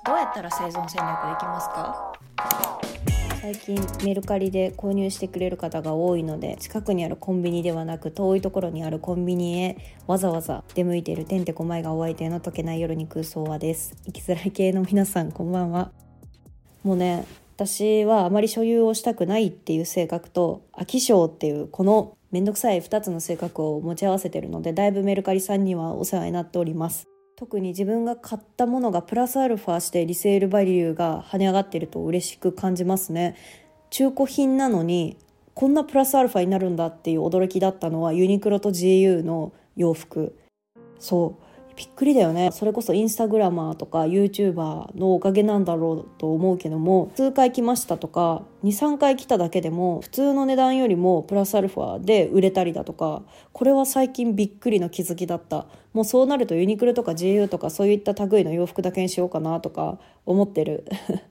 どうやったら生存戦略できますか？ 最近メルカリで購入してくれる方が多いので、近くにあるコンビニではなく遠いところにあるコンビニへわざわざ出向いているてんてこまいがお相手の解けない夜に空想はです。生きづらい系の皆さんこんばんは。もうね、私はあまり所有をしたくないっていう性格と飽き性っていうこのめんどくさい2つの性格を持ち合わせているので、だいぶメルカリさんにはお世話になっております。特に自分が買ったものがプラスアルファしてリセールバリューが跳ね上がっていると嬉しく感じますね。中古品なのにこんなプラスアルファになるんだっていう驚きだったのはユニクロと GU の洋服。そうびっくりだよね。それこそインスタグラマーとか YouTuber のおかげなんだろうと思うけども、数回来ましたとか 2,3 回来ただけでも普通の値段よりもプラスアルファで売れたりだとか、これは最近びっくりの気づきだった。もうそうなるとユニクロとか GU とかそういった類の洋服だけにしようかなとか思ってる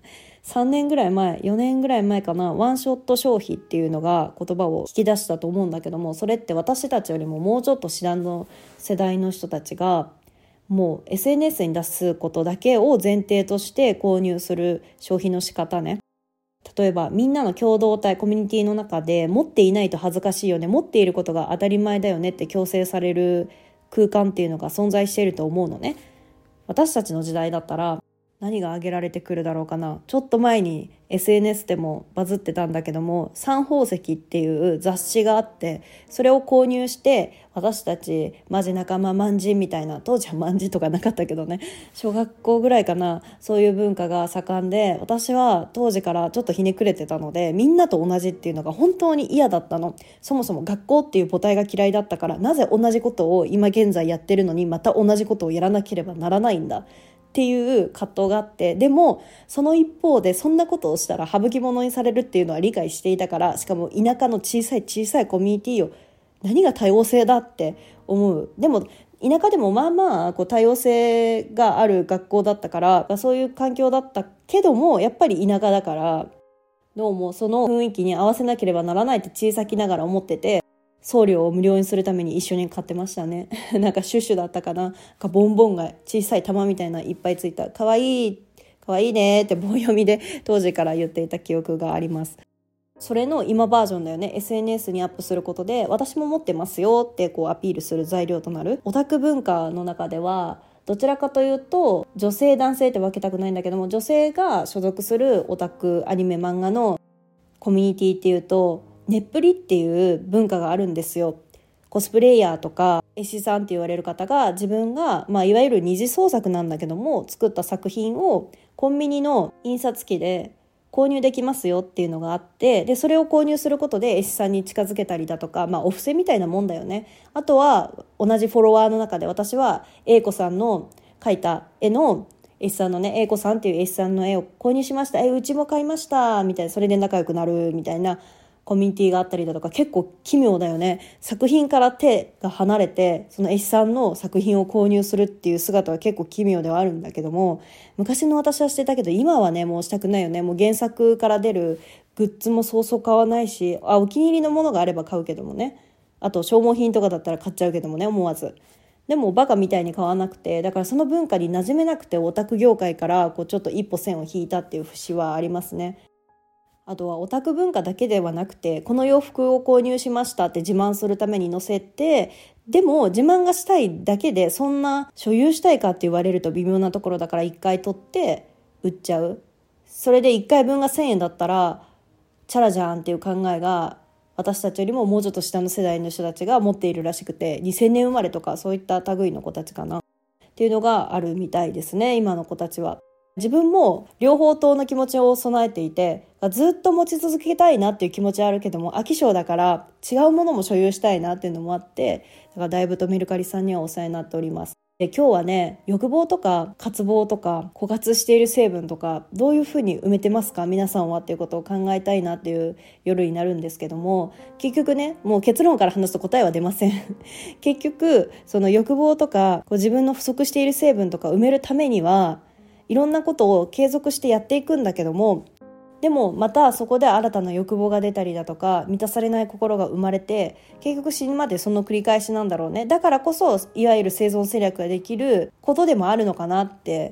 3年ぐらい前4年ぐらい前かな、ワンショット消費っていうのが言葉を引き出したと思うんだけども、それって私たちよりももうちょっと下の世代の人たちがもう SNS に出すことだけを前提として購入する消費の仕方ね。例えばみんなの共同体コミュニティの中で持っていないと恥ずかしいよね、持っていることが当たり前だよねって強制される空間っていうのが存在していると思うのね。私たちの時代だったら何が挙げられてくるだろうかな。ちょっと前に SNS でもバズってたんだけども、三宝石っていう雑誌があって、それを購入して私たちマジ仲間万人みたいな、当時は万人とかなかったけどね、小学校ぐらいかな、そういう文化が盛んで、私は当時からちょっとひねくれてたので、みんなと同じっていうのが本当に嫌だったの。そもそも学校っていう母体が嫌いだったから、なぜ同じことを今現在やってるのにまた同じことをやらなければならないんだっていう葛藤があって、でもその一方でそんなことをしたら省き者にされるっていうのは理解していたから、しかも田舎の小さい小さいコミュニティを何が多様性だって思う。でも田舎でもまあまあこう多様性がある学校だったから、そういう環境だったけども、やっぱり田舎だからどうもその雰囲気に合わせなければならないって小さきながら思ってて、送料を無料にするために一緒に買ってましたねなんかシュッシュだったかな、ボンボンが小さい玉みたいないっぱいついた、かわいいかわいいねって棒読みで当時から言っていた記憶があります。それの今バージョンだよね。 SNS にアップすることで私も持ってますよってこうアピールする材料となる。オタク文化の中ではどちらかというと女性男性って分けたくないんだけども、女性が所属するオタクアニメ漫画のコミュニティっていうとネップリっていう文化があるんですよ。コスプレイヤーとか絵師さんって言われる方が自分が、いわゆる二次創作なんだけども作った作品をコンビニの印刷機で購入できますよっていうのがあって、でそれを購入することで絵師さんに近づけたりだとか、お布施みたいなもんだよね。あとは同じフォロワーの中で私は英子さんの描いた絵の絵師さんのね、英子さんっていう絵師さんの絵を購入しました、うちも買いましたみたいな、それで仲良くなるみたいなコミュニティがあったりだとか、結構奇妙だよね。作品から手が離れてその絵師さんの作品を購入するっていう姿は結構奇妙ではあるんだけども、昔の私はしてたけど今はねもうしたくないよね。もう原作から出るグッズもそうそう買わないし、お気に入りのものがあれば買うけどもね、あと消耗品とかだったら買っちゃうけどもね、思わず。でもバカみたいに買わなくて、だからその文化に馴染めなくてオタク業界からこうちょっと一歩線を引いたっていう節はありますね。あとはオタク文化だけではなくて、この洋服を購入しましたって自慢するために載せて、でも自慢がしたいだけでそんな所有したいかって言われると微妙なところだから、1回取って売っちゃう。それで1回分が1,000円だったらチャラじゃんっていう考えが私たちよりももうちょっと下の世代の人たちが持っているらしくて、2000年生まれとかそういった類の子たちかなっていうのがあるみたいですね、今の子たちは。自分も両方との気持ちを備えていて、ずっと持ち続けたいなっていう気持ちはあるけども、飽き性だから違うものも所有したいなっていうのもあって、だからだいぶとメルカリさんにはお世話になっております。で今日はね、欲望とか渇望とか枯渇している成分とかどういうふうに埋めてますか皆さんはっていうことを考えたいなっていう夜になるんですけども、結局ね、もう結論から話すと答えは出ません結局その欲望とかこう自分の不足している成分とか埋めるためにはいろんなことを継続してやっていくんだけども、でもまたそこで新たな欲望が出たりだとか満たされない心が生まれて、結局死ぬまでその繰り返しなんだろうね。だからこそいわゆる生存戦略ができることでもあるのかなって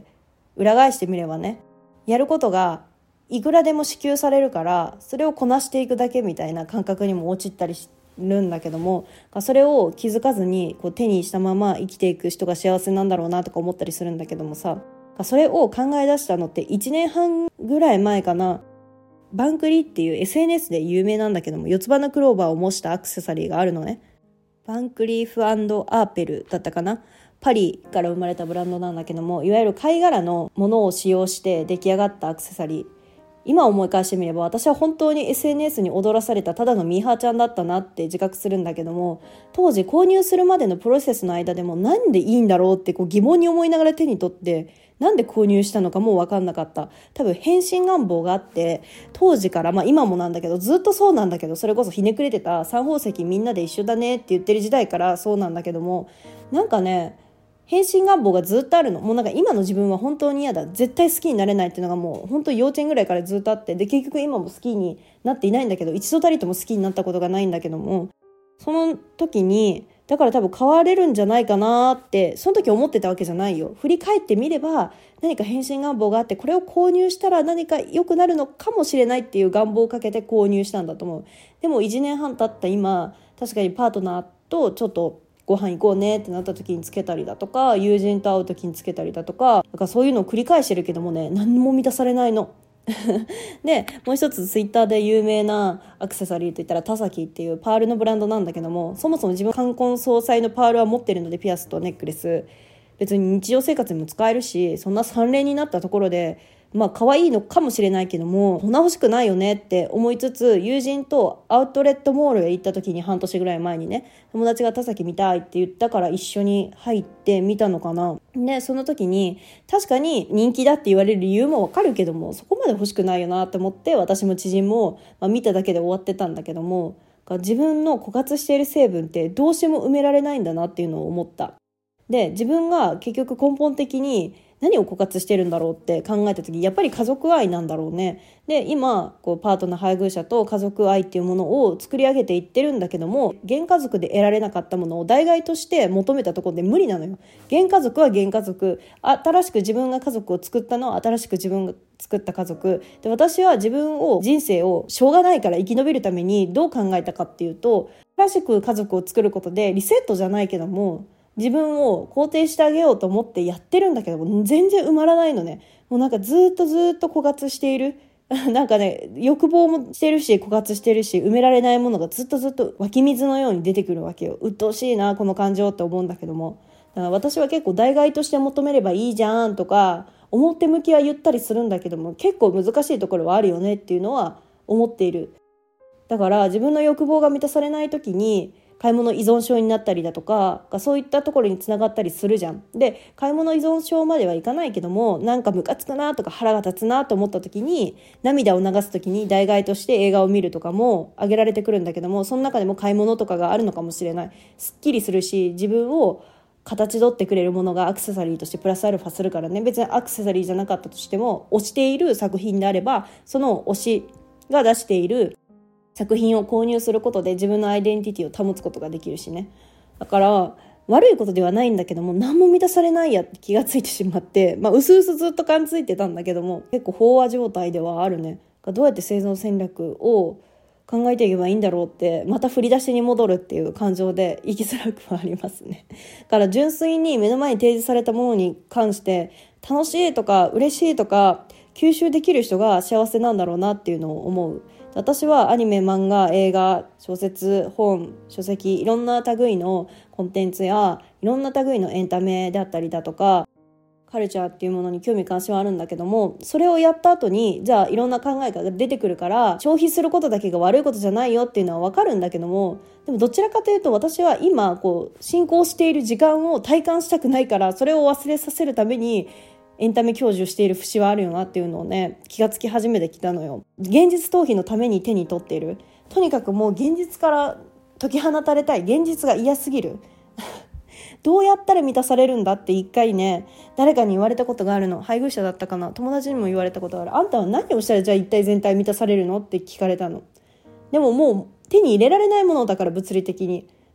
裏返してみればね、やることがいくらでも支給されるから、それをこなしていくだけみたいな感覚にも陥ったりするんだけども、それを気づかずにこう手にしたまま生きていく人が幸せなんだろうなとか思ったりするんだけどもさ、それを考え出したのって1年半ぐらい前かな。バンクリっていう SNS で有名なんだけども、四つ葉のクローバーを模したアクセサリーがあるのね。バンクリーフ&アーペルだったかな。パリから生まれたブランドなんだけども、いわゆる貝殻のものを使用して出来上がったアクセサリー。今思い返してみれば、私は本当に SNS に踊らされたただのミーハーちゃんだったなって自覚するんだけども、当時購入するまでのプロセスの間でもなんでいいんだろうってこう疑問に思いながら手に取って、なんで購入したのかも分かんなかった。多分変身願望があって、当時から今もなんだけど、ずっとそうなんだけど、それこそひねくれてた三宝石みんなで一緒だねって言ってる時代からそうなんだけども、なんかね、変身願望がずっとあるの。もうなんか今の自分は本当に嫌だ、絶対好きになれないっていうのがもう本当幼稚園ぐらいからずっとあって、で結局今も好きになっていないんだけど、一度たりとも好きになったことがないんだけども、その時にだから多分変われるんじゃないかなってその時思ってたわけじゃないよ。振り返ってみれば何か変身願望があって、これを購入したら何か良くなるのかもしれないっていう願望をかけて購入したんだと思う。でも1年半経った今、確かにパートナーとちょっとご飯行こうねってなった時につけたりだとか、友人と会う時につけたりだとか、だからそういうのを繰り返してるけどもね、何も満たされないの。でもう一つツイッターで有名なアクセサリーといったら田崎っていうパールのブランドなんだけども、そもそも自分冠婚葬祭のパールは持ってるので、ピアスとネックレス別に日常生活にも使えるし、そんな3連になったところで可愛いのかもしれないけども、こんな欲しくないよねって思いつつ、友人とアウトレットモールへ行った時に半年ぐらい前にね、友達が田崎見たいって言ったから一緒に入ってみたのかな。でその時に確かに人気だって言われる理由もわかるけども、そこまで欲しくないよなって思って、私も知人も、見ただけで終わってたんだけども、自分の枯渇している成分ってどうしても埋められないんだなっていうのを思った。で自分が結局根本的に何を枯渇してるんだろうって考えた時、やっぱり家族愛なんだろうね。で今パートナー配偶者と家族愛っていうものを作り上げていってるんだけども、原家族で得られなかったものを代替として求めたところで無理なのよ。原家族は原家族、新しく自分が家族を作ったのは新しく自分が作った家族で、私は自分を人生をしょうがないから生き延びるためにどう考えたかっていうと、新しく家族を作ることでリセットじゃないけども自分を肯定してあげようと思ってやってるんだけども、全然埋まらないのね。もうなんかずっと枯渇しているなんかね、欲望もしてるし枯渇してるし、埋められないものがずっと湧き水のように出てくるわけよ。鬱陶しいなこの感情って思うんだけども、だから私は結構代替として求めればいいじゃんとか表向きは言ったりするんだけども、結構難しいところはあるよねっていうのは思っている。だから自分の欲望が満たされない時に買い物依存症になったりだとか、そういったところにつながったりするじゃん。で買い物依存症まではいかないけども、なんかムカつくなとか腹が立つなと思った時に涙を流す時に代替として映画を見るとかも挙げられてくるんだけども、その中でも買い物とかがあるのかもしれない。すっきりするし、自分を形取ってくれるものがアクセサリーとしてプラスアルファするからね。別にアクセサリーじゃなかったとしても、推している作品であればその推しが出している作品を購入することで自分のアイデンティティを保つことができるしね。だから悪いことではないんだけども、何も満たされないやって気がついてしまって、うすうすずっと感づいてたんだけども、結構飽和状態ではあるね。どうやって生存戦略を考えていけばいいんだろうって、また振り出しに戻るっていう感情で生きづらくはありますね。だから純粋に目の前に提示されたものに関して楽しいとか嬉しいとか吸収できる人が幸せなんだろうなっていうのを思う。私はアニメ、漫画、映画、小説、本、書籍、いろんな類のコンテンツやいろんな類のエンタメであったりだとかカルチャーっていうものに興味関心はあるんだけども、それをやった後にじゃあいろんな考えが出てくるから消費することだけが悪いことじゃないよっていうのは分かるんだけども、でもどちらかというと私は今進行している時間を体感したくないから、それを忘れさせるためにエンタメ享受している節はあるよなっていうのをね、気がつき始めてきたのよ。現実逃避のために手に取っている。とにかくもう現実から解き放たれたい。現実が嫌すぎるどうやったら満たされるんだって一回ね、誰かに言われたことがあるの。配偶者だったかな、友達にも言われたことがある。あんたは何をしたらじゃあ一体全体満たされるのって聞かれたの。でももう手に入れられないものだから、物理的に。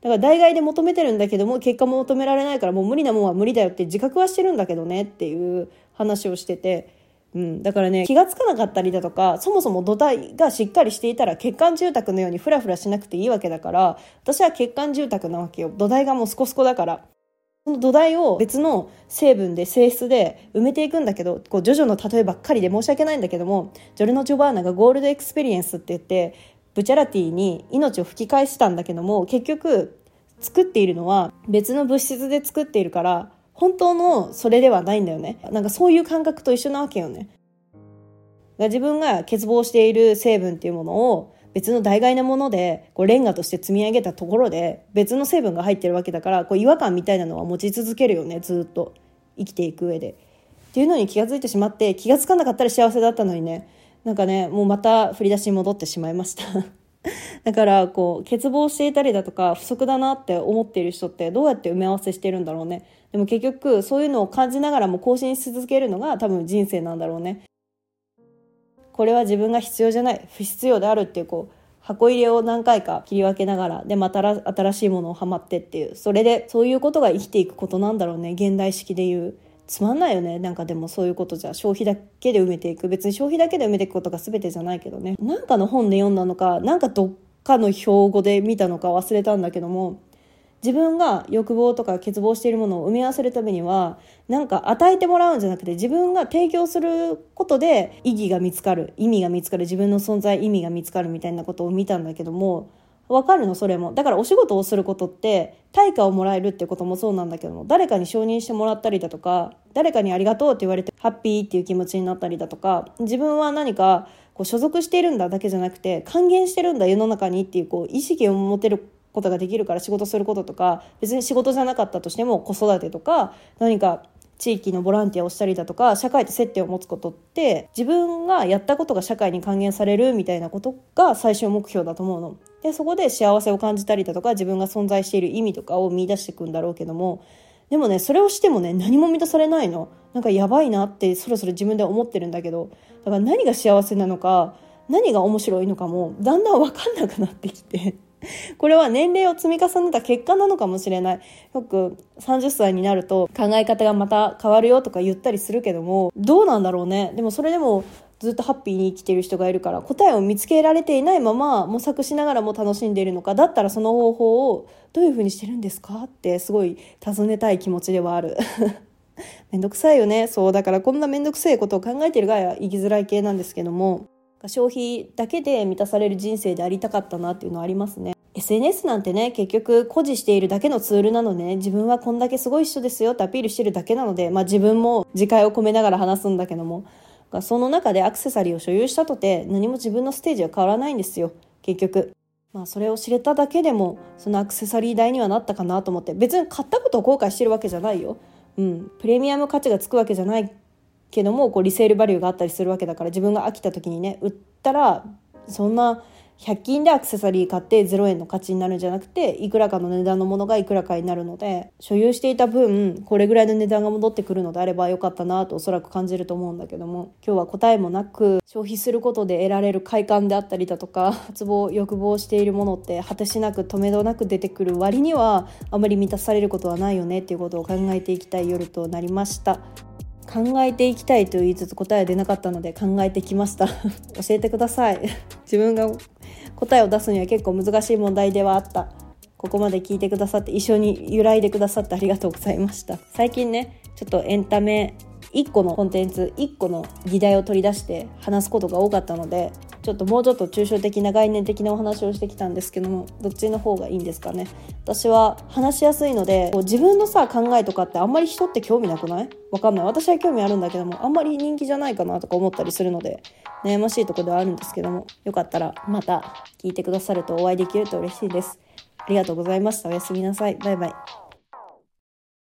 から代替で求めてるんだけども結果も求められないからもう無理なもんは無理だよって自覚はしてるんだけどねっていう話をしてて、だからね気がつかなかったりだとかそもそも土台がしっかりしていたら欠陥住宅のようにフラフラしなくていいわけだから、私は欠陥住宅なわけよ。土台がもうスコスコだから、その土台を別の成分で性質で埋めていくんだけど、こうジョジョの例えばっかりで申し訳ないんだけども、ジョルノ・ジョバーナがゴールドエクスペリエンスって言ってブチャラティに命を吹き返したんだけども、結局作っているのは別の物質で作っているから本当のそれではないんだよね。なんかそういう感覚と一緒なわけよね。自分が欠乏している成分っていうものを別の代替なものでこうレンガとして積み上げたところで別の成分が入ってるわけだから、こう違和感みたいなのは持ち続けるよね、ずっと生きていく上でっていうのに気がついてしまって、気がつかなかったら幸せだったのにね、なんかねもうまた振り出しに戻ってしまいましただからこう欠乏していたりだとか不足だなって思っている人ってどうやって埋め合わせしてるんだろうね。でも結局そういうのを感じながらも更新し続けるのが多分人生なんだろうね。これは自分が必要じゃない不必要であるっていうこう箱入れを何回か切り分けながらでまた新しいものをはまってっていう、それでそういうことが生きていくことなんだろうね。現代式で言うつまんないよね。なんかでもそういうことじゃ消費だけで埋めていく、別に消費だけで埋めていくことが全てじゃないけどね。なんかの本で読んだのかなんかどっかの標語で見たのか忘れたんだけども、自分が欲望とか欠乏しているものを埋め合わせるためにはなんか与えてもらうんじゃなくて自分が提供することで意義が見つかる、意味が見つかる、自分の存在意味が見つかるみたいなことを見たんだけども、わかるのそれも。だからお仕事をすることって対価をもらえるってこともそうなんだけども、誰かに承認してもらったりだとか誰かにありがとうって言われてハッピーっていう気持ちになったりだとか、自分は何かこう所属しているんだだけじゃなくて還元してるんだ世の中にっていうこう意識を持てることができるから、仕事することとか別に仕事じゃなかったとしても子育てとか何か地域のボランティアをしたりだとか社会と接点を持つことって自分がやったことが社会に還元されるみたいなことが最終目標だと思うので、そこで幸せを感じたりだとか自分が存在している意味とかを見出していくんだろうけども、でもねそれをしてもね何も満たされないの。なんかやばいなってそろそろ自分で思ってるんだけど、だから何が幸せなのか何が面白いのかもだんだん分かんなくなってきてこれは年齢を積み重ねた結果なのかもしれない。よく30歳になると考え方がまた変わるよとか言ったりするけども、どうなんだろうね。でもそれでもずっとハッピーに生きている人がいるから答えを見つけられていないまま模索しながらも楽しんでいるのか、だったらその方法をどういうふうにしてるんですかってすごい尋ねたい気持ちではあるめんどくさいよね。そうだからこんなめんどくさいことを考えているが生きづらい系なんですけども、消費だけで満たされる人生でありたかったなっていうのはありますね。SNS なんてね結局誇示しているだけのツールなのでね、自分はこんだけすごい人ですよってアピールしてるだけなので、自分も自戒を込めながら話すんだけども、その中でアクセサリーを所有したとて何も自分のステージは変わらないんですよ結局。それを知れただけでもそのアクセサリー代にはなったかなと思って、別に買ったことを後悔してるわけじゃないよ、プレミアム価値がつくわけじゃないけどもこうリセールバリューがあったりするわけだから、自分が飽きた時にね売ったらそんな100均でアクセサリー買って0円の価値になるんじゃなくていくらかの値段のものがいくらかになるので、所有していた分これぐらいの値段が戻ってくるのであればよかったなとおそらく感じると思うんだけども、今日は答えもなく消費することで得られる快感であったりだとか渇望欲望しているものって果てしなく止めどなく出てくる割にはあまり満たされることはないよねっていうことを考えていきたい夜となりました。考えていきたいと言いつつ答えは出なかったので考えてきました教えてください自分が答えを出すには結構難しい問題ではあった。ここまで聞いてくださって一緒に揺らいでくださってありがとうございました。最近ねちょっとエンタメ1個のコンテンツ1個の議題を取り出して話すことが多かったので、もうちょっと抽象的な概念的なお話をしてきたんですけども、どっちの方がいいんですかね。私は話しやすいので自分の考えとかってあんまり人って興味なくない？わかんない。私は興味あるんだけどもあんまり人気じゃないかなとか思ったりするので悩ましいところではあるんですけども、よかったらまた聞いてくださるとお会いできると嬉しいです。ありがとうございました。おやすみなさい。バイバイ。